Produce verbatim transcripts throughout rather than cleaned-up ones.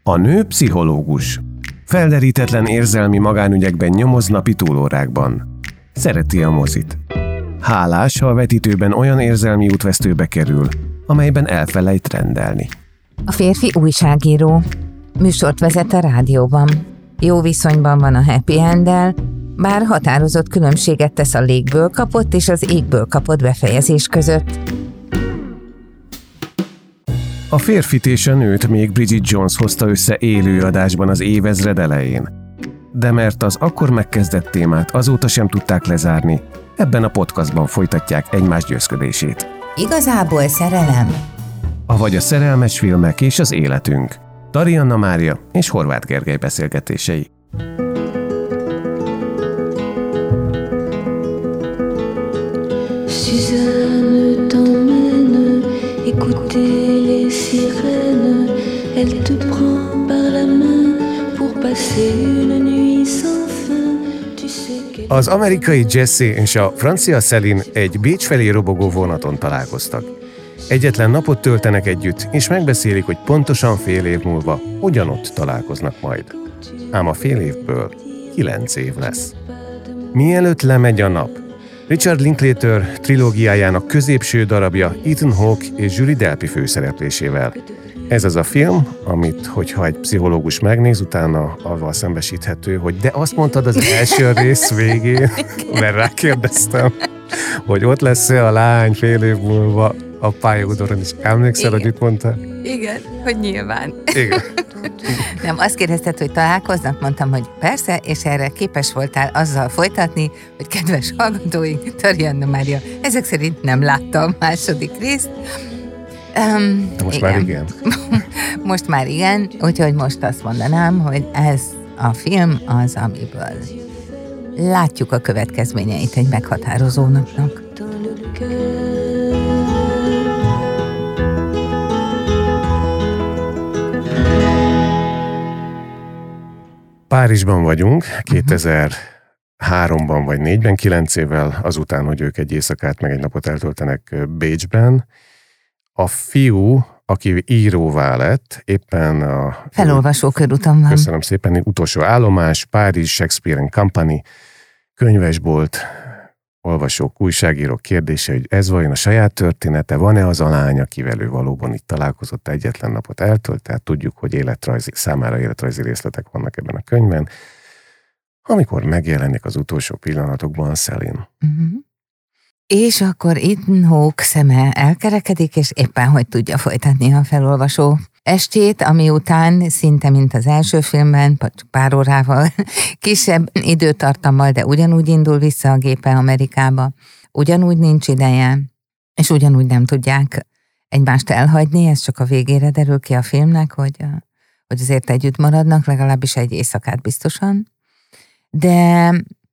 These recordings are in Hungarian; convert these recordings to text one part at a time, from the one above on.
A nő pszichológus. Felderítetlen érzelmi magánügyekben nyomoz napi túlórákban. Szereti a mozit. Hálás, ha a vetítőben olyan érzelmi útvesztőbe kerül, amelyben elfelejt rendelni. A férfi újságíró. Műsort vezet a rádióban. Jó viszonyban van a happy enddel, bár határozott különbséget tesz a légből kapott és az égből kapott befejezés között. A férfit és a nőt még Bridget Jones hozta össze élő adásban az évezred elején. De mert az akkor megkezdett témát azóta sem tudták lezárni, ebben a podcastban folytatják egymás győzködését. Igazából szerelem? Avagy a szerelmes filmek és az életünk. Tarianna Mária és Horváth Gergely beszélgetései. Suzanne t'emmène écouter les sirènes. Elle te prend par la main pour passer une nuit sans fin. Tu sais qu'elle... Az amerikai Jesse és a francia Céline egy Bécs felé robogó vonaton találkoztak. Egyetlen napot töltenek együtt, és megbeszélik, hogy pontosan fél év múlva ugyanott találkoznak majd. Ám a fél évből kilenc év lesz. Mielőtt lemegy a nap, Richard Linklater trilógiájának középső darabja Ethan Hawke és Julie Delpy főszereplésével. Ez az a film, amit, hogyha egy pszichológus megnéz, utána avval szembesíthető, hogy de azt mondtad az első rész végén, mert rákérdeztem, hogy ott lesz-e a lány fél év múlva a pályaudvaron is. Emlékszel, hogy mit mondtál? Igen, hogy nyilván. Igen. Nem, azt kérdezted, hogy találkoznak, mondtam, hogy persze, és erre képes voltál azzal folytatni, hogy kedves hallgatóink, Tarianna Mária, ezek szerint nem látta a második részt. Um, most igen. már igen. Most már igen, úgyhogy most azt mondanám, hogy ez a film az, amiből látjuk a következményeit egy meghatározó napnak. Párizsban vagyunk, kétezer-háromban vagy négyben, kilenc évvel azután, hogy ők egy éjszakát meg egy napot eltöltenek Bécsben. A fiú, aki íróvá lett, éppen a... Felolvasó körúton van. Köszönöm szépen, utolsó állomás, Párizs, Shakespeare and Company, könyvesbolt, olvasók, újságírók kérdése, hogy ez vajon a saját története, van-e az a lány, akivel ő valóban itt találkozott, egyetlen napot eltölt, tehát tudjuk, hogy életrajzi, számára életrajzi részletek vannak ebben a könyvben, amikor megjelenik az utolsó pillanatokban Céline. Uh-huh. És akkor Ethan Hawke szeme elkerekedik, és éppen hogy tudja folytatni a felolvasó estét, ami után szinte, mint az első filmben, pár órával, kisebb időtartammal, de ugyanúgy indul vissza a gépe Amerikába, ugyanúgy nincs ideje, és ugyanúgy nem tudják egymást elhagyni, ez csak a végére derül ki a filmnek, hogy, hogy azért együtt maradnak, legalábbis egy éjszakát biztosan. De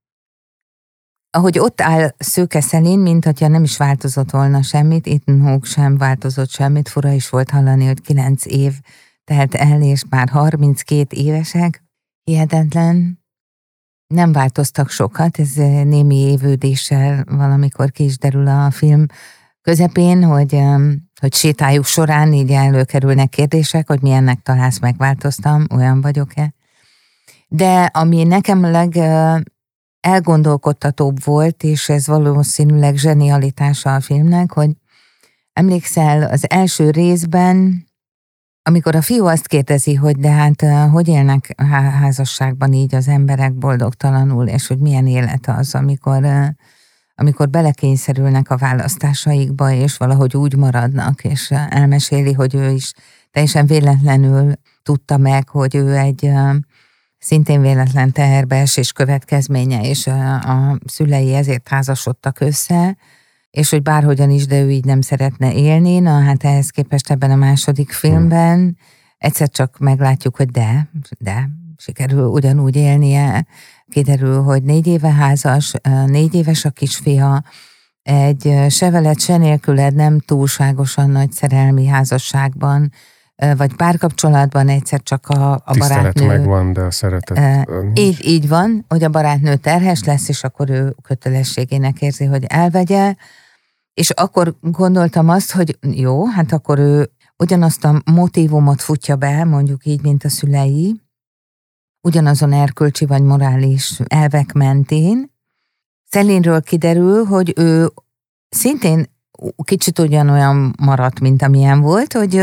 ahogy ott áll szőke Céline, mint hogyha nem is változott volna semmit, Ethan Hawke sem változott semmit, fura is volt hallani, hogy kilenc év telt el, és már harminckét évesek. Hihetetlen. Nem változtak sokat, ez némi évődéssel valamikor ki is derül a film közepén, hogy, hogy sétájuk során így előkerülnek kérdések, hogy milyennek találsz, megváltoztam, olyan vagyok-e. De ami nekem leg elgondolkodtatóbb volt, és ez valószínűleg zsenialitása a filmnek, hogy emlékszel az első részben, amikor a fiú azt kérdezi, hogy de hát hogy élnek házasságban így az emberek boldogtalanul, és hogy milyen élet az, amikor, amikor belekényszerülnek a választásaikba, és valahogy úgy maradnak, és elmeséli, hogy ő is teljesen véletlenül tudta meg, hogy ő egy szintén véletlen teherbeesés következménye, és a, a szülei ezért házasodtak össze, és hogy bárhogyan is, de ő így nem szeretne élni. Na hát ehhez képest ebben a második filmben egyszer csak meglátjuk, hogy de, de sikerül ugyanúgy élnie. Kiderül, hogy négy éve házas, négy éves a kisfia, egy se veled, se nélküled nem túlságosan nagy szerelmi házasságban, vagy párkapcsolatban egyszer csak a, a Tisztelet barátnő... megvan, de a szeretet e, nincs. így, így van, hogy a barátnő terhes lesz, és akkor ő kötelességének érzi, hogy elvegye, és akkor gondoltam azt, hogy jó, hát akkor ő ugyanazt a motívumot futja be, mondjuk így, mint a szülei, ugyanazon erkölcsi vagy morális elvek mentén. Celinről kiderül, hogy ő szintén kicsit ugyanolyan maradt, mint amilyen volt, hogy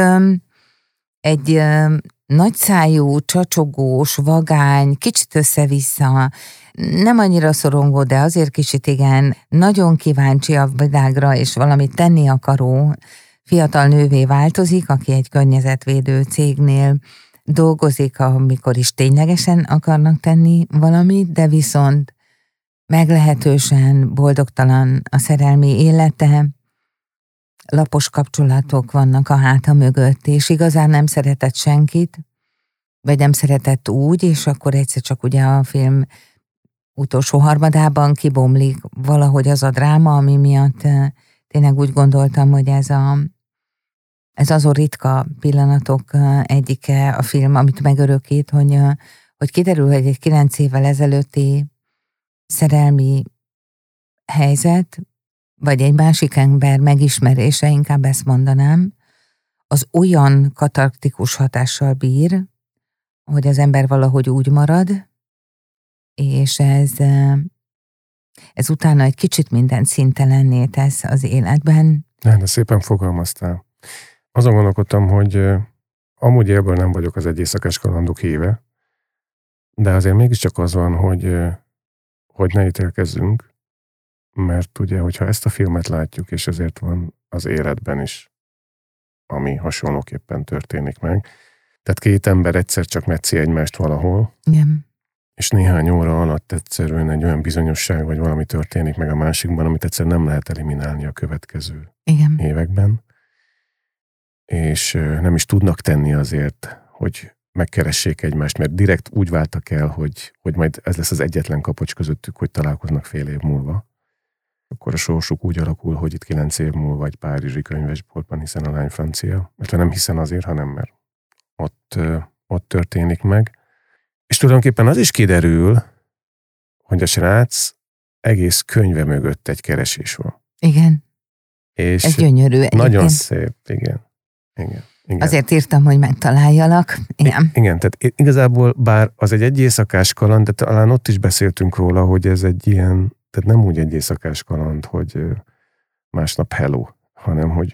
egy nagyszájú, csacsogós, vagány, kicsit össze-vissza, nem annyira szorongó, de azért kicsit igen, nagyon kíváncsi a világra, és valamit tenni akaró fiatal nővé változik, aki egy környezetvédő cégnél dolgozik, amikor is ténylegesen akarnak tenni valamit, de viszont meglehetősen boldogtalan a szerelmi élete, lapos kapcsolatok vannak a háta mögött, és igazán nem szeretett senkit, vagy nem szeretett úgy, és akkor egyszer csak ugye a film utolsó harmadában kibomlik valahogy az a dráma, ami miatt tényleg úgy gondoltam, hogy ez, a, ez azon ritka pillanatok egyike a film, amit megörökít, hogy, hogy kiderül, hogy egy kilenc évvel ezelőtti szerelmi helyzet, vagy egy másik ember megismerése, inkább ezt mondanám, az olyan katartikus hatással bír, hogy az ember valahogy úgy marad, és ez, ez utána egy kicsit minden szintelenné tesz az életben. Ne, de szépen fogalmaztál. Azon gondolkodtam, hogy amúgy ebből nem vagyok az egy éjszakás kalandok híve, de azért mégiscsak az van, hogy, hogy ne ítélkezzünk, mert ugye, hogyha ezt a filmet látjuk, és ezért van az életben is, ami hasonlóképpen történik meg. Tehát két ember egyszer csak metszi egymást valahol, igen, és néhány óra alatt egyszerűen egy olyan bizonyosság, vagy valami történik meg a másikban, amit egyszer nem lehet eliminálni a következő igen. években. És nem is tudnak tenni azért, hogy megkeressék egymást, mert direkt úgy váltak el, hogy, hogy majd ez lesz az egyetlen kapocs közöttük, hogy találkoznak fél év múlva. Akkor a sorsuk úgy alakul, hogy itt kilenc év múlva egy párizsi könyvesboltban, hiszen a lány francia. Mert nem hiszen azért, hanem mert ott, ott történik meg. És tulajdonképpen az is kiderül, hogy a srác egész könyve mögött egy keresés van. Igen. És ez gyönyörű. Nagyon egyébként. szép, igen. igen. Igen. Azért írtam, hogy megtaláljalak. Igen. I- igen, tehát igazából bár az egy egy éjszakás kaland, de talán ott is beszéltünk róla, hogy ez egy ilyen, tehát nem úgy egy éjszakás kaland, hogy másnap hello, hanem hogy,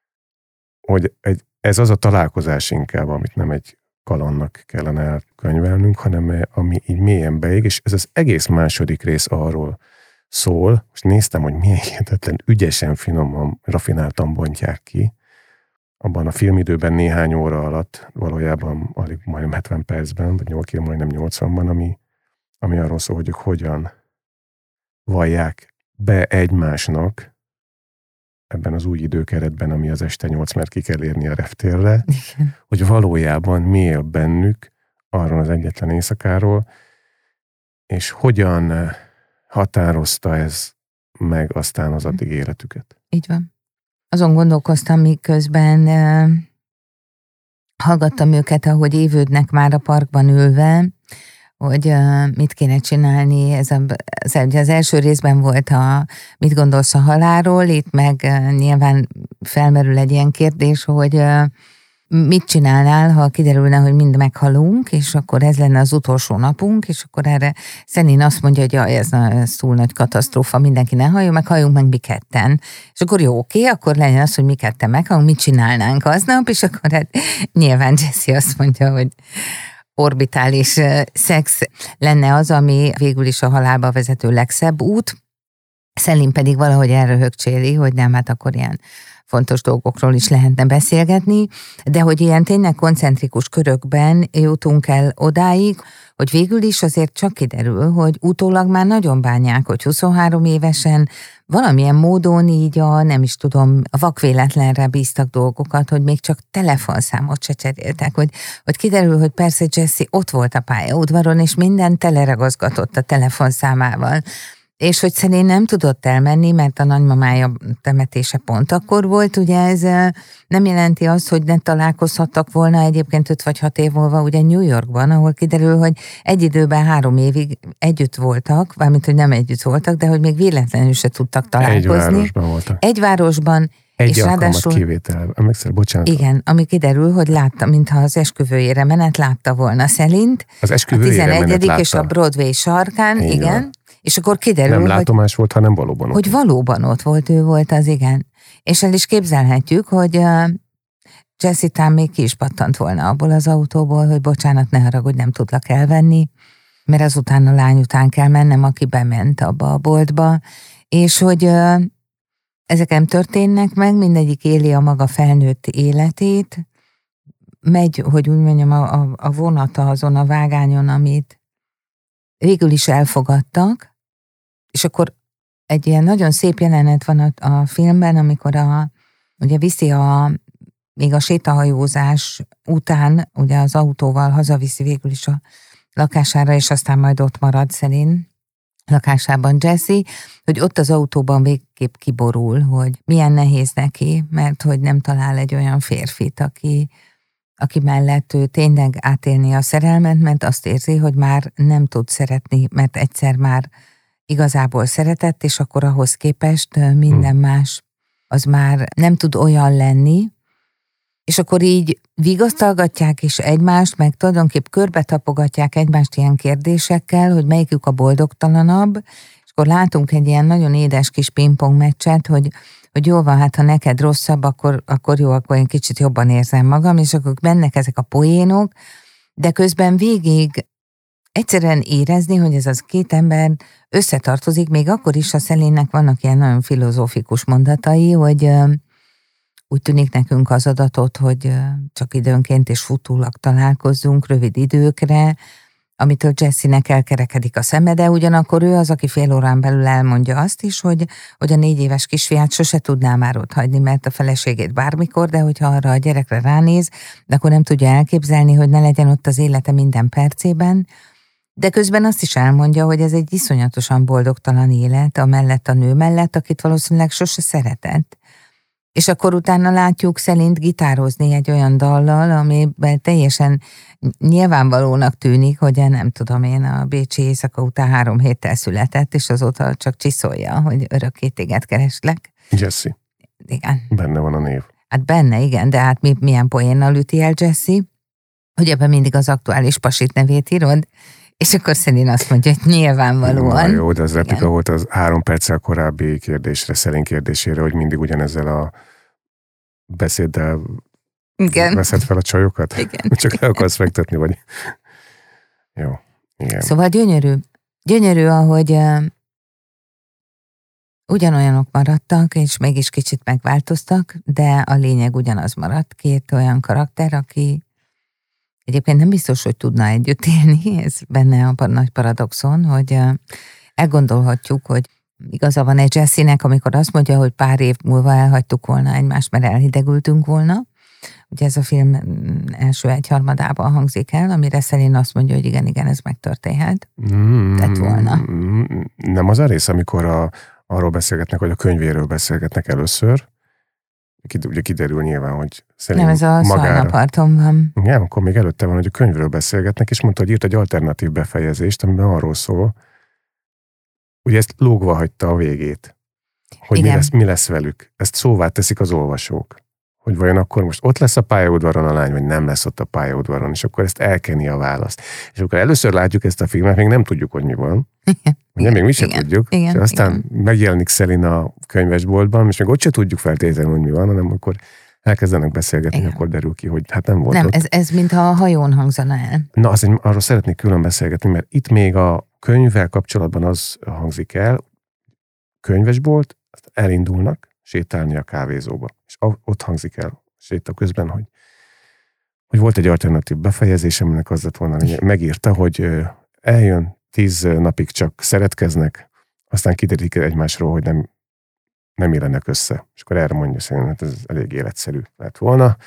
hogy egy, ez az a találkozás inkább, amit nem egy kalandnak kellene elkönyvelnünk, hanem ami így mélyen beég, és ez az egész második rész arról szól, most néztem, hogy milyen hihetetlen ügyesen, finoman, rafináltan bontják ki. Abban a filmidőben néhány óra alatt, valójában alig majdnem hetven percben, vagy nyolc, majdnem nyolcvanban, ami, ami arról szól, hogy ők hogyan vallják be egymásnak ebben az új időkeretben, ami az este nyolc, mert ki kell érni a reptérre, Igen. hogy valójában mi él bennük arról az egyetlen éjszakáról, és hogyan határozta ez meg aztán az addig életüket. Így van. Azon gondolkoztam, miközben uh, hallgattam őket, ahogy évődnek már a parkban ülve, hogy uh, mit kéne csinálni. Ez a, az, az első részben volt a mit gondolsz a halálról, itt meg uh, nyilván felmerül egy ilyen kérdés, hogy uh, mit csinálnál, ha kiderülne, hogy mind meghalunk, és akkor ez lenne az utolsó napunk, és akkor erre Szenin azt mondja, hogy jaj, ez, ez túl nagy katasztrófa, mindenki ne halljon, meg halljunk meg mi ketten. És akkor jó, oké, akkor legyen az, hogy mi ketten meghalunk, mit csinálnánk aznap, és akkor hát nyilván Jesse azt mondja, hogy orbitális szex lenne az, ami végül is a halálba vezető legszebb út. Szelin pedig valahogy elröhögcséli, hogy nem, hát akkor ilyen fontos dolgokról is lehetne beszélgetni, de hogy ilyen tényleg koncentrikus körökben jutunk el odáig, hogy végül is azért csak kiderül, hogy utólag már nagyon bánják, hogy huszonhárom évesen valamilyen módon így a, nem is tudom, a vakvéletlenre bíztak dolgokat, hogy még csak telefonszámot se cseréltek, hogy, hogy kiderül, hogy persze Jesse ott volt a pályaudvaron, és minden teleragazgatott a telefonszámával. És hogy Szelin nem tudott elmenni, mert a nagymamája temetése pont akkor volt, ugye ez nem jelenti azt, hogy ne találkozhattak volna egyébként öt vagy hat év múlva ugye New Yorkban, ahol kiderül, hogy egy időben három évig együtt voltak, valamint, hogy nem együtt voltak, de hogy még véletlenül se tudtak találkozni. Egy városban voltak. Egy városban, Egy és alkalmat ráadásul, kivétel. Emlékszel, bocsánat. igen, ami kiderül, hogy látta, mintha az esküvőjére menet látta volna Szelint. Az A esküvőjére menet tizenegyedik látta. és a Broadway sarkán, Így igen. van. És akkor kiderül, Nem hogy, látomás volt, hanem valóban ott hogy volt. valóban ott volt, ő volt az, igen. És el is képzelhetjük, hogy uh, Jessie tám még ki is pattant volna abból az autóból, hogy bocsánat, ne haragudj, nem tudlak elvenni, mert azután a lány után kell mennem, aki bement abba a boltba, és hogy uh, ezek nem történnek meg, mindegyik éli a maga felnőtt életét, megy, hogy úgy mondjam, a, a, a vonata azon a vágányon, amit végül is elfogadtak, és akkor egy ilyen nagyon szép jelenet van a, a filmben, amikor a, ugye viszi a, még a sétahajózás után, ugye az autóval hazaviszi végül is a lakására, és aztán majd ott marad szerint lakásában Jessie, hogy ott az autóban végképp kiborul, hogy milyen nehéz neki, mert hogy nem talál egy olyan férfit, aki, aki mellett ő tényleg átélni a szerelmet, mert azt érzi, hogy már nem tud szeretni, mert egyszer már igazából szeretett, és akkor ahhoz képest minden más az már nem tud olyan lenni, és akkor így vigasztalgatják is egymást, meg tulajdonképp körbe tapogatják egymást ilyen kérdésekkel, hogy melyikük a boldogtalanabb, és akkor látunk egy ilyen nagyon édes kis pingpong meccset, hogy, hogy jó van, hát ha neked rosszabb, akkor, akkor jó, akkor én kicsit jobban érzem magam, és akkor bennek ezek a poénok, de közben végig egyszerűen érezni, hogy ez az két ember összetartozik, még akkor is a Celine-nek vannak ilyen nagyon filozófikus mondatai, hogy úgy tűnik nekünk az adatot, hogy csak időnként és futólag találkozzunk rövid időkre, amitől Jessie-nek elkerekedik a szeme, de ugyanakkor ő az, aki fél órán belül elmondja azt is, hogy, hogy a négy éves kisfiát sose tudná már ott hagyni, mert a feleségét bármikor, de hogyha arra a gyerekre ránéz, de akkor nem tudja elképzelni, hogy ne legyen ott az élete minden percében, de közben azt is elmondja, hogy ez egy iszonyatosan boldogtalan élet, a mellett a nő mellett, akit valószínűleg sose szeretett. És akkor utána látjuk Celint gitározni egy olyan dallal, amiben teljesen nyilvánvalónak tűnik, hogy nem tudom én, a bécsi éjszaka után három héttel született, és azóta csak csiszolja, hogy örökké téged kereslek. Jessie. Igen. Benne van a név. Hát benne, igen, de hát mi, milyen poénnal üti el Jessie, hogy ebben mindig az aktuális pasit nevét írod, és akkor Celine azt mondja, hogy nyilvánvalóan. Na jó, de az replika igen. Volt az három perccel korábbi kérdésre, Celine kérdésére, hogy mindig ugyanezzel a beszéddel igen. veszed fel a csajokat? Igen. Csak le akarsz fektetni, vagy... Jó, igen. Szóval gyönyörű. Gyönyörű, ahogy uh, ugyanolyanok maradtak, és mégis kicsit megváltoztak, de a lényeg ugyanaz maradt. Két olyan karakter, aki egyébként nem biztos, hogy tudna együtt élni, ez benne a nagy paradoxon, hogy uh, elgondolhatjuk, hogy igaza van egy Jessie-nek, amikor azt mondja, hogy pár év múlva elhagytuk volna egymást, mert elhidegültünk volna. Ugye ez a film első egyharmadában hangzik el, amire Celine azt mondja, hogy igen, igen, ez megtörténhet. Mm, Tett volna. Nem az a rész, amikor a, arról beszélgetnek, hogy a könyvéről beszélgetnek először. Ugye kiderül nyilván, hogy Celine nem, ez a Szalnaparton van. Igen, akkor még előtte van, hogy a könyvről beszélgetnek, és mondta, hogy írt egy alternatív befejezést, amiben arról szól, ugye ezt lógva hagyta a végét, hogy mi lesz, mi lesz velük. Ezt szóvá teszik az olvasók. Hogy vajon akkor most ott lesz a pályaudvaron a lány, vagy nem lesz ott a pályaudvaron, és akkor ezt elkeni a választ. És akkor először látjuk ezt a filmet, még nem tudjuk, hogy mi van. Igen. Ugye, még mi sem igen. tudjuk. Igen. És aztán igen. megjelenik Celine a könyvesboltban, és még ott se tudjuk feltétlenül, hogy mi van, hanem akkor elkezdenek beszélgetni, igen. akkor derül ki, hogy hát nem volt nem, ott. Ez, ez mintha a hajón hangzana el. Na, az, arról szeretnék külön beszélgetni, mert itt még a könyvvel kapcsolatban az hangzik el, könyvesbolt, elindulnak sétálni a kávézóba. És ott hangzik el séta közben, hogy, hogy volt egy alternatív befejezés, aminek az lett volna, hogy megírta, hogy eljön tíz napig csak szeretkeznek, aztán kiderítik egymásról, hogy nem, nem illenek össze. És akkor erre mondja, szerintem, hát ez elég életszerű lett volna.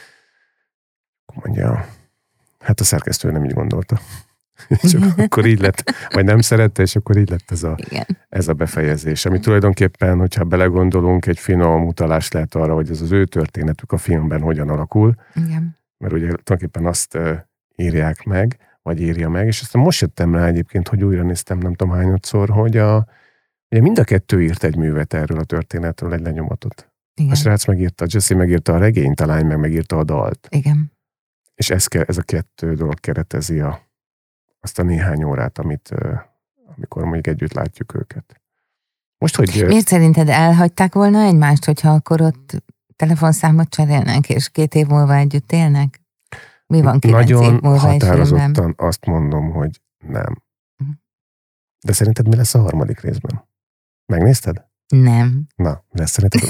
Mondja, hát a szerkesztő nem így gondolta. És akkor így lett, vagy nem szerette, és akkor így lett ez a, ez a befejezés. Ami tulajdonképpen, hogyha belegondolunk, egy finom utalás lehet arra, hogy ez az ő történetük a filmben hogyan alakul. Igen. Mert ugye tulajdonképpen azt uh, írják meg, vagy írja meg, és aztán most jöttem rá egyébként, hogy újra néztem nem tudom hányadszor, hogy a, ugye mind a kettő írt egy művet erről a történetről, egy lenyomatot. Igen. A srác megírta, Jesse megírta a regényt, a lány meg megírta a dalt. Igen. És ez, ez a kettő dolog keretezi a, azt a néhány órát, amit, amikor még együtt látjuk őket. Most, hogy... Miért szerinted elhagyták volna egymást, hogyha akkor ott telefonszámot cserélnek, és két év múlva együtt élnek? Mi van kilenc Nagyon év múlva határozottan azt mondom, hogy nem. De szerinted mi lesz a harmadik részben? Megnézted? Nem. Na, mi lesz szerinted?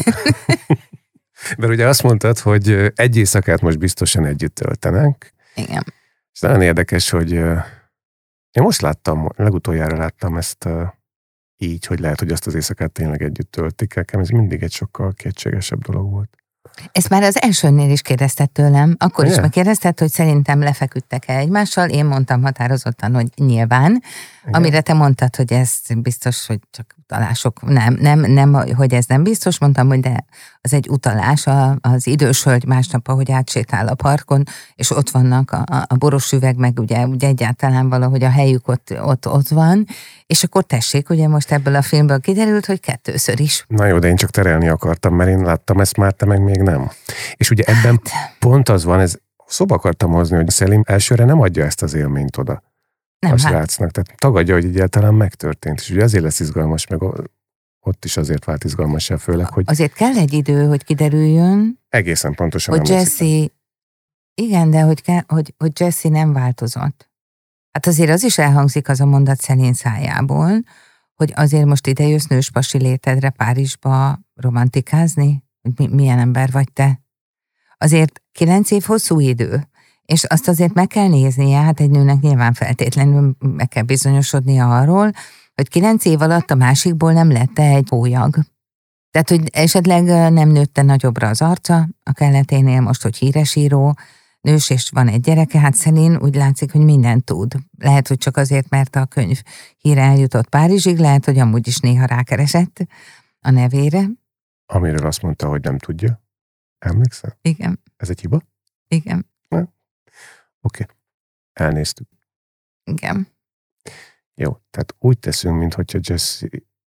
Mert ugye azt mondtad, hogy egy éjszakát most biztosan együtt töltenek. Igen. És nagyon érdekes, hogy én most láttam, legutoljára láttam ezt így, hogy lehet, hogy azt az éjszakát tényleg együtt töltik. Nekem ez mindig egy sokkal kétségesebb dolog volt. Ezt már az elsőnél is kérdezted tőlem, akkor Ugye? is megkérdezted, hogy szerintem lefeküdtek-e egymással, én mondtam határozottan, hogy nyilván, igen. Amire te mondtad, hogy ez biztos, hogy csak utalások, nem, nem, nem, hogy ez nem biztos, mondtam, hogy de az egy utalás, az idős hölgy másnap, ahogy átsétál a parkon, és ott vannak a, a boros üveg, meg ugye, ugye egyáltalán valahogy a helyük ott, ott, ott van, és akkor tessék, ugye most ebből a filmből kiderült, hogy kettőször is. Na jó, de én csak terelni akartam, mert én láttam ezt már, te meg még nem. És ugye ebben hát. pont az van, ez szóba akartam hozni, hogy Szelim elsőre nem adja ezt az élményt oda nem, a srácnak. Tehát tagadja, hogy egyáltalán megtörtént. És ugye azért lesz izgalmas, meg ott is azért vált izgalmassá, főleg, hogy... Azért kell egy idő, hogy kiderüljön, egészen pontosan hogy Jesse... Igen, de hogy, kell, hogy, hogy Jesse nem változott. Hát azért az is elhangzik az a mondat Szelin szájából, hogy azért most ide jössz nőspasi létedre Párizsba romantikázni? Mi, milyen ember vagy te? Azért kilenc év hosszú idő, és azt azért meg kell néznie, hát egy nőnek nyilván feltétlenül meg kell bizonyosodnia arról, hogy kilenc év alatt a másikból nem lett egy hólyag. Tehát, hogy esetleg nem nőtte nagyobbra az arca, a kelleténél most, hogy híresíró, nős és van egy gyereke, hát Szelin úgy látszik, hogy mindent tud. Lehet, hogy csak azért, mert a könyv híre eljutott Párizsig, lehet, hogy amúgy is néha rákeresett a nevére. Amiről azt mondta, hogy nem tudja. Emlékszel? Igen. Ez egy hiba? Igen. Oké. Okay. Elnéztük. Igen. Jó, tehát úgy teszünk, mintha Jesse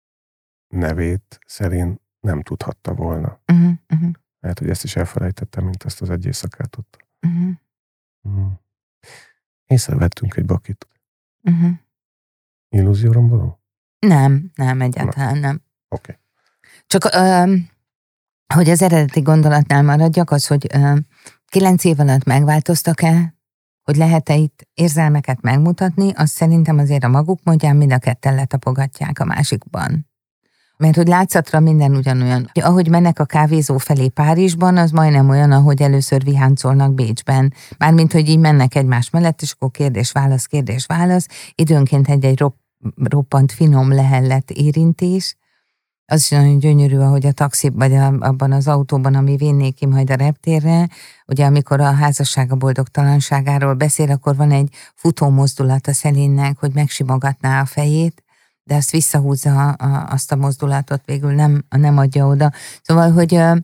nevét Szelin nem tudhatta volna. Uh-huh, uh-huh. Lehet, hogy ezt is elfelejtettem, mint azt az egy éjszakát ott. Uh-huh. Mm. Észrevettünk egy bakit. Uh-huh. Illúzióron való? Nem, nem, egyáltalán nem. Oké. Okay. Csak, ö, hogy az eredeti gondolatnál maradjak, az, hogy ö, kilenc év alatt megváltoztak-e, hogy lehet-e itt érzelmeket megmutatni, azt szerintem azért a maguk módján mind a ketten letapogatják a másikban. Mert hogy látszatra minden ugyanolyan. Ahogy mennek a kávézó felé Párizsban, az majdnem olyan, ahogy először viháncolnak Bécsben. Mármint, hogy így mennek egymás mellett, és akkor kérdés-válasz, kérdés-válasz, időnként egy-egy ropp, roppant finom lehellet érintés. Az is nagyon gyönyörű, ahogy a taxi, vagy a, abban az autóban, ami vinnék ki majd a reptérre, ugye amikor a házassága boldogtalanságáról beszél, akkor van egy futó mozdulat a Szelinnek, hogy megsimogatná a fejét, de azt visszahúzza a, azt a mozdulatot, végül nem, nem adja oda. Szóval, hogy uh,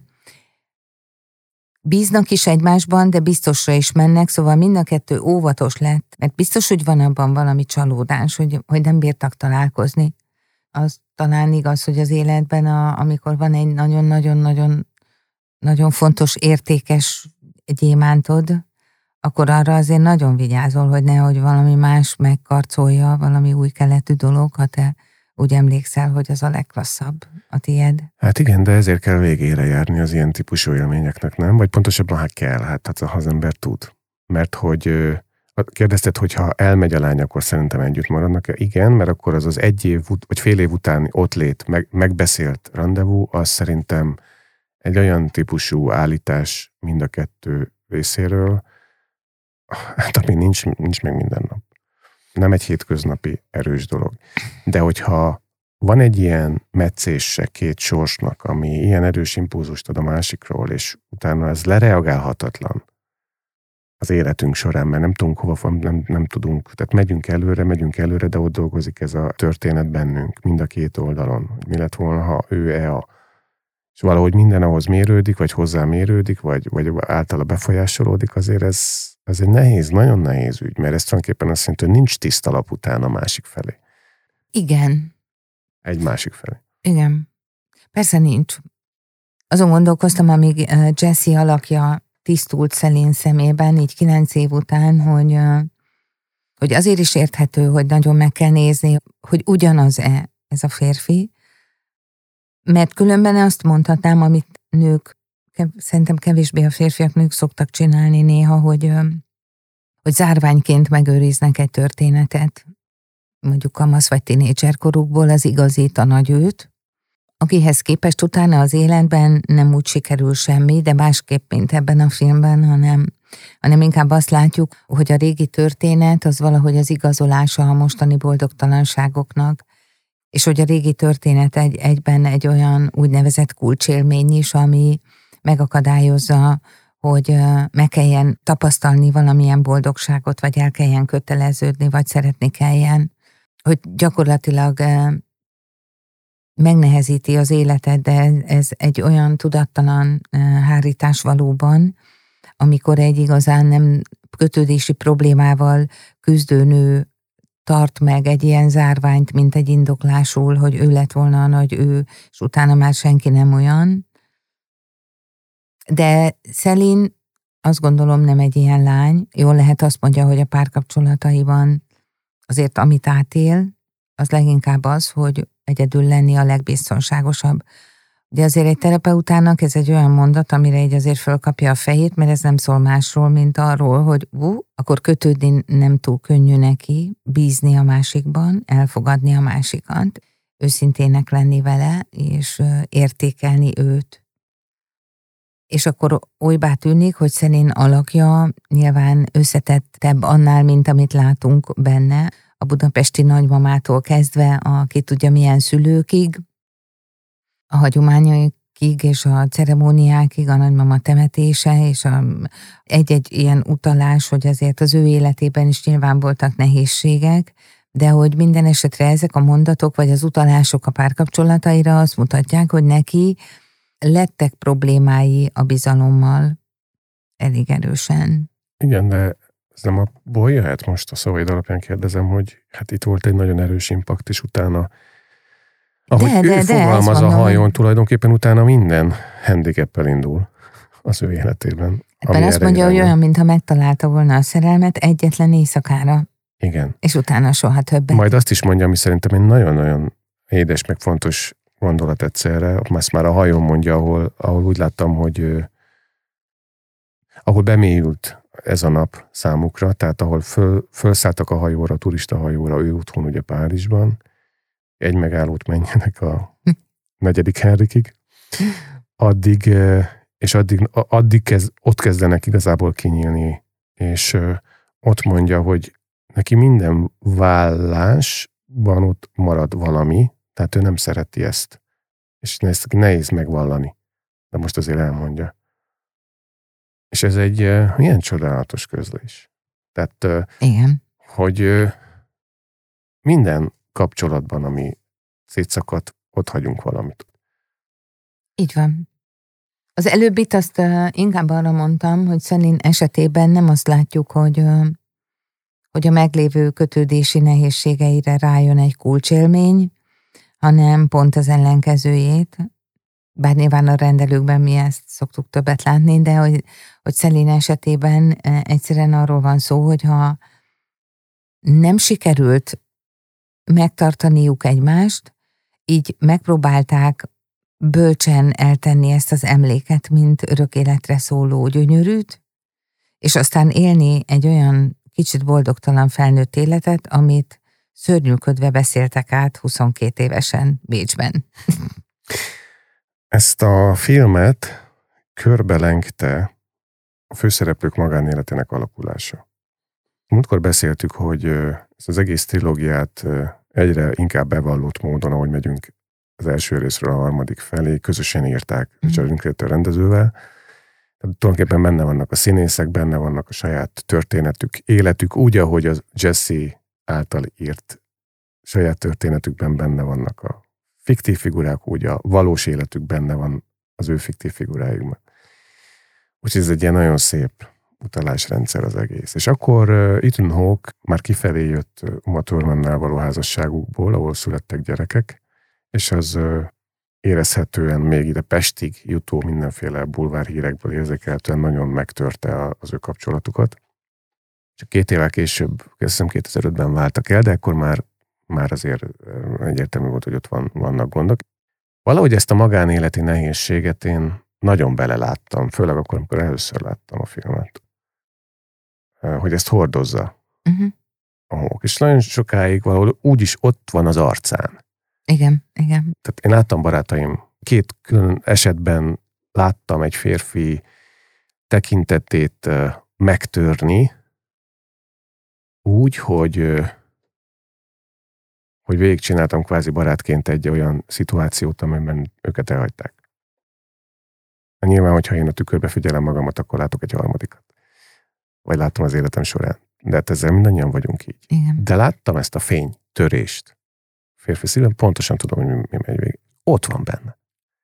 bíznak is egymásban, de biztosra is mennek, szóval mind a kettő óvatos lett, mert biztos, hogy van abban valami csalódás, hogy, hogy nem bírtak találkozni. Az talán igaz, hogy az életben, a, amikor van egy nagyon-nagyon-nagyon nagyon fontos, értékes gyémántod, akkor arra azért nagyon vigyázol, hogy nehogy valami más megkarcolja, valami új keletű dolog, ha te úgy emlékszel, hogy az a legklasszabb a tied. Hát igen, de ezért kell végére járni az ilyen típusú élményeknek, nem? Vagy pontosabban, hát kell, hát, hát ha az ember tud. Mert hogy kérdezted, hogy ha elmegy a lány, akkor szerintem együtt maradnak-e? Igen, mert akkor az az egy év, vagy fél év utáni ott lét, meg, megbeszélt randevú, az szerintem egy olyan típusú állítás mind a kettő részéről, hát ami nincs, nincs meg minden nap. Nem egy hétköznapi erős dolog. De hogyha van egy ilyen meccése két sorsnak, ami ilyen erős impulzust ad a másikról, és utána ez lereagálhatatlan az életünk során, mert nem tudunk hova, nem, nem tudunk, tehát megyünk előre, megyünk előre, de ott dolgozik ez a történet bennünk, mind a két oldalon. Hogy mi lett volna, ha ő-e a... És valahogy minden ahhoz mérődik, vagy hozzá mérődik, vagy, vagy általa befolyásolódik, azért ez, ez egy nehéz, nagyon nehéz ügy, mert ez tulajdonképpen azt jelenti, hogy nincs tiszta lap után a másik felé. Igen. Egy másik felé. Igen. Persze nincs. Azon gondolkoztam, amíg Jesse alakja tisztult Celine szemében, így kilenc év után, hogy, hogy azért is érthető, hogy nagyon meg kell nézni, hogy ugyanaz-e ez a férfi, mert különben azt mondhatnám, amit nők, szerintem kevésbé a férfiak, nők szoktak csinálni néha, hogy, hogy zárványként megőriznek egy történetet, mondjuk kamasz vagy tinédzser korukból, az igazít a nagy őt, akihez képest utána az életben nem úgy sikerül semmi, de másképp, mint ebben a filmben, hanem, hanem inkább azt látjuk, hogy a régi történet az valahogy az igazolása a mostani boldogtalanságoknak, és hogy a régi történet egy, egyben egy olyan úgynevezett kulcsélmény is, ami megakadályozza, hogy meg kelljen tapasztalni valamilyen boldogságot, vagy el kelljen köteleződni, vagy szeretni kelljen, hogy gyakorlatilag megnehezíti az életed, de ez egy olyan tudattalan hárítás valóban, amikor egy igazán nem kötődési problémával küzdő nő tart meg egy ilyen zárványt, mint egy indoklásul, hogy ő lett volna a nagy ő, és utána már senki nem olyan. De Celine azt gondolom nem egy ilyen lány. Jól lehet azt mondja, hogy a párkapcsolataiban azért amit átél, az leginkább az, hogy egyedül lenni a legbiztonságosabb. Ugye azért egy terapeutának ez egy olyan mondat, amire így azért fölkapja a fejét, mert ez nem szól másról, mint arról, hogy ú, akkor kötődni nem túl könnyű neki, bízni a másikban, elfogadni a másikat, őszintének lenni vele, és értékelni őt. És akkor olybá tűnik, hogy Celine alakja nyilván összetettebb annál, mint amit látunk benne, a budapesti nagymamától kezdve a ki tudja milyen szülőkig, a hagyományaikig és a ceremóniákig, a nagymama temetése, és a, egy-egy ilyen utalás, hogy azért az ő életében is nyilván voltak nehézségek, de hogy minden esetre ezek a mondatok, vagy az utalások a párkapcsolataira azt mutatják, hogy neki lettek problémái a bizalommal elég erősen. Igen, de ez nem abból jöhet, most a szavaid alapján kérdezem, hogy hát itt volt egy nagyon erős impact, és utána, ahogy de, ő de, fogalmaz de, a hajón, tulajdonképpen utána minden handicappel indul az ő életében. Ebben azt mondja, hogy olyan, mintha megtalálta volna a szerelmet egyetlen éjszakára. Igen. És utána soha többet. Majd azt is mondja, ami szerintem egy nagyon-nagyon édes, meg fontos gondolat egyszerre, azt már a hajón mondja, ahol, ahol úgy láttam, hogy uh, ahol bemélyült ez a nap számukra, tehát ahol föl, fölszálltak a hajóra, a turista hajóra, ő otthon ugye Párizsban, egy megállót menjenek a negyedik Henrikig, addig, uh, és addig, addig kezd, ott kezdenek igazából kinyílni, és uh, ott mondja, hogy neki minden vállásban ott marad valami, tehát ő nem szereti ezt. És ezt nehéz megvallani. De most azért elmondja. És ez egy uh, ilyen csodálatos közlés. Tehát, uh, igen. hogy uh, minden kapcsolatban, ami szétszakadt, ott hagyunk valamit. Így van. Az előbbit azt uh, inkább arra mondtam, hogy Celine esetében nem azt látjuk, hogy uh, hogy a meglévő kötődési nehézségeire rájön egy kulcsélmény, hanem pont az ellenkezőjét, bár nyilván a rendelőkben mi ezt szoktuk többet látni, de hogy, hogy Celine esetében egyszerűen arról van szó, hogy ha nem sikerült megtartaniuk egymást, így megpróbálták bölcsen eltenni ezt az emléket, mint örök életre szóló gyönyörűt, és aztán élni egy olyan kicsit boldogtalan felnőtt életet, amit szörnyűködve beszéltek át huszonkét évesen Bécsben. Ezt a filmet körbelengte a főszereplők magánéletének alakulása. Múltkor beszéltük, hogy ezt az egész trilógiát egyre inkább bevallott módon, ahogy megyünk az első részről a harmadik felé, közösen írták mm. Richard Linklater rendezővel. Tulajdonképpen benne vannak a színészek, benne vannak a saját történetük, életük, úgy, ahogy az Jesse által írt saját történetükben benne vannak a fiktív figurák, úgy a valós életük benne van az ő fiktív figurájukban. Úgyhogy ez egy ilyen nagyon szép utalásrendszer az egész. És akkor uh, Ethan Hawke már kifelé jött uh, Uma Thurmannál való házasságukból, ahol születtek gyerekek, és az uh, érezhetően még ide Pestig jutó mindenféle bulvárhírekből érzékelhetően nagyon megtörte az ő kapcsolatukat. Csak két évvel később, azt hiszem kétezer-ötben váltak el, de akkor már, már azért egyértelmű volt, hogy ott van, vannak gondok. Valahogy ezt a magánéleti nehézséget én nagyon beleláttam, főleg akkor, amikor először láttam a filmet, hogy ezt hordozza uh-huh. a Hawke. És nagyon sokáig valahol úgyis ott van az arcán. Igen, igen. Tehát én láttam, barátaim, két külön esetben láttam egy férfi tekintetét megtörni úgy, hogy, hogy végigcsináltam kvázi barátként egy olyan szituációt, amiben őket elhagyták. Nyilván, hogyha én a tükörbe figyelem magamat, akkor látok egy harmadikat. Vagy látom az életem során. De hát ezzel mindannyian vagyunk így. Igen. De láttam ezt a fénytörést. Férfi szívem, pontosan tudom, hogy mi, mi megy végig. Ott van benne.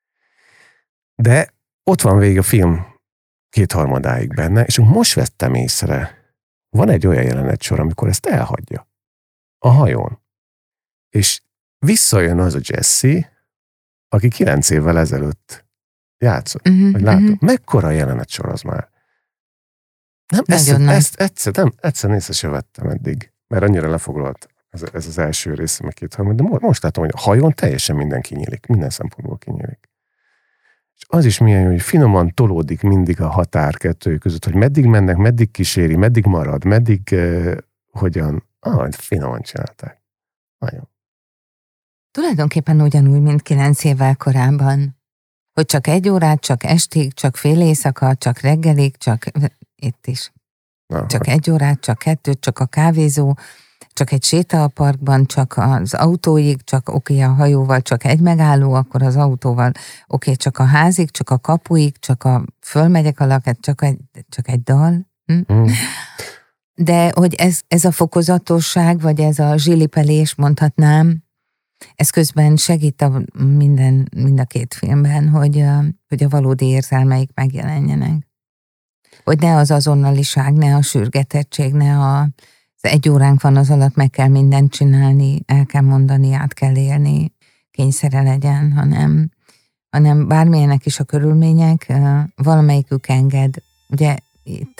De ott van végig a film kétharmadáig benne, és most vettem észre, van egy olyan jelenet-sor, amikor ezt elhagyja. A hajón. És visszajön az a Jesse, aki kilenc évvel ezelőtt játszott. Uh-huh, vagy látom. Uh-huh. Mekkora jelenet-sor az már? Nem, ezt, ezt, egyszer, nem, egyszer észre se vettem eddig, mert annyira lefoglalt ez, ez az első rész, meg két harmad, de most látom, hogy a hajón teljesen minden kinyílik, minden szempontból kinyílik. És az is milyen jó, hogy finoman tolódik mindig a határ kettő között, hogy meddig mennek, meddig kíséri, meddig marad, meddig uh, hogyan. Ah, finoman csinálták. Nagyon. Tulajdonképpen ugyanúgy, mint kilenc évvel korábban. Hogy csak egy órát, csak estig, csak fél éjszaka, csak reggelig, csak itt is. Aha. Csak egy órát, csak kettőt, csak a kávézó, csak egy séta a parkban, csak az autóig, csak oké, okay, a hajóval, csak egy megálló, akkor az autóval, oké, okay, csak a házig, csak a kapuig, csak a fölmegyek a lakát, csak egy, csak egy dal. Hm? Mm. De hogy ez, ez a fokozatosság, vagy ez a zsilipelés, mondhatnám, ez közben segít a minden, mind a két filmben, hogy, hogy a valódi érzelmeik megjelenjenek. Hogy ne az azonnaliság, ne a sürgetettség, ne a, az egy óránk van, az alatt meg kell mindent csinálni, el kell mondani, át kell élni, kényszere legyen, hanem, hanem bármilyenek is a körülmények, valamelyikük enged. Ugye itt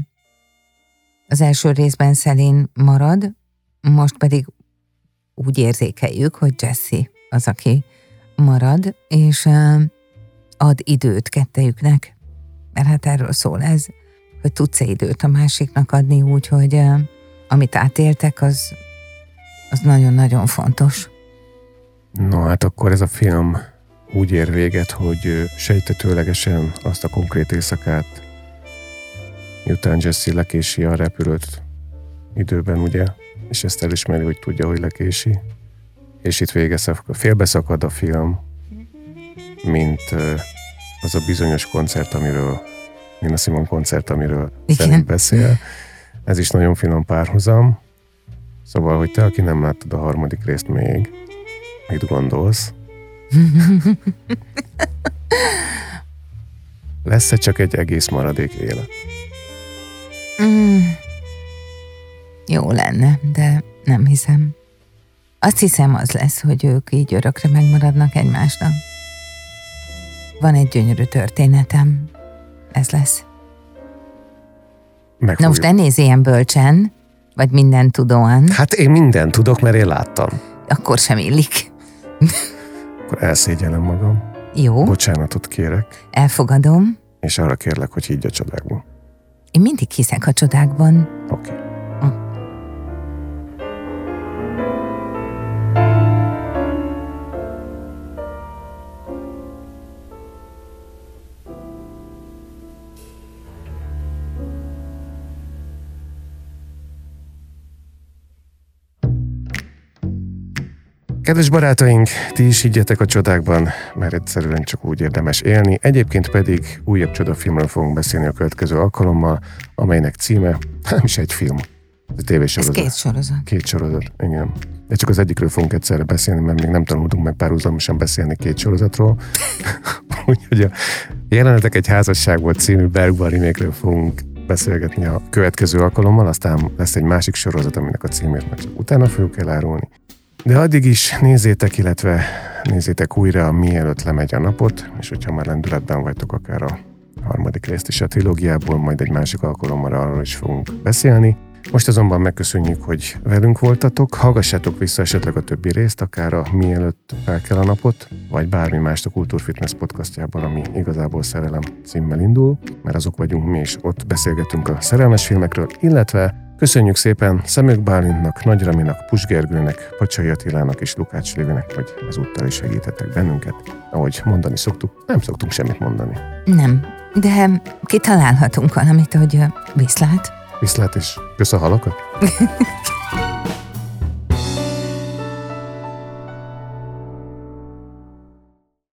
az első részben Celine marad, most pedig úgy érzékeljük, hogy Jesse az, aki marad, és ad időt kettejüknek. Mert hát erről szól ez, hogy tudsz-e időt a másiknak adni úgy, hogy amit átéltek, az, az nagyon-nagyon fontos. No, hát akkor ez a film úgy ér véget, hogy sejtetőlegesen azt a konkrét éjszakát, miután Jesse lekési a repülőt időben, ugye, és ezt elismeri, hogy tudja, hogy lekési. És itt vége szakad, félbeszakad a film, mint az a bizonyos koncert, amiről, Nina Simone koncert, amiről szerint beszél. Ez is nagyon finom párhuzam. Szóval, hogy te, aki nem láttad a harmadik részt még, mit gondolsz? Lesz-e csak egy egész maradék élet? Mm. Jó lenne, de nem hiszem. Azt hiszem, az lesz, hogy ők így örökre megmaradnak egymásnak. Van egy gyönyörű történetem. Ez lesz. Na most ne nézz ilyen bölcsen, vagy mindent tudóan. Hát én mindent tudok, mert én láttam. Akkor sem illik. Akkor elszégyellem magam. Jó. Bocsánatot kérek. Elfogadom. És arra kérlek, hogy higgy a csodákban. Én mindig hiszek a csodákban. Oké. Okay. Kedves barátaink, ti is higgyetek a csodákban, mert egyszerűen csak úgy érdemes élni. Egyébként pedig újabb csodafilmről fogunk beszélni a következő alkalommal, amelynek címe, nem is egy film, ez tévésorozat. Ez két sorozat. Két sorozat, igen. De csak az egyikről fogunk egyszerre beszélni, mert még nem tanultunk meg párhuzamosan beszélni két sorozatról. Úgyhogy a Jelenetek egy házasságból című Bergman remake-ről fogunk beszélgetni a következő alkalommal, aztán lesz egy másik sorozat, aminek a címét már csak utána fogjuk elárulni. De addig is nézzétek, illetve nézzétek újra, mielőtt lemegy a napot, és hogyha már lendületben vagytok, akár a harmadik részt is a trilógiából, majd egy másik alkalommal arról is fogunk beszélni. Most azonban megköszönjük, hogy velünk voltatok, hallgassátok vissza esetleg a többi részt, akár a Mielőtt fel kell a napot, vagy bármi mást a Kultúrfitness podcastjában, ami igazából Szerelem címmel indul, mert azok vagyunk mi is, ott beszélgetünk a szerelmes filmekről, illetve köszönjük szépen Szemök Bálintnak, Nagy Raminak, Pus Gergőnek, Pacsai Attilának és Lukács Lévinek, hogy ezúttal is segítettek bennünket. Ahogy mondani szoktuk, nem szoktunk semmit mondani. Nem, de kitalálhatunk valamit, hogy viszlát. Viszlát és kösz a halakat!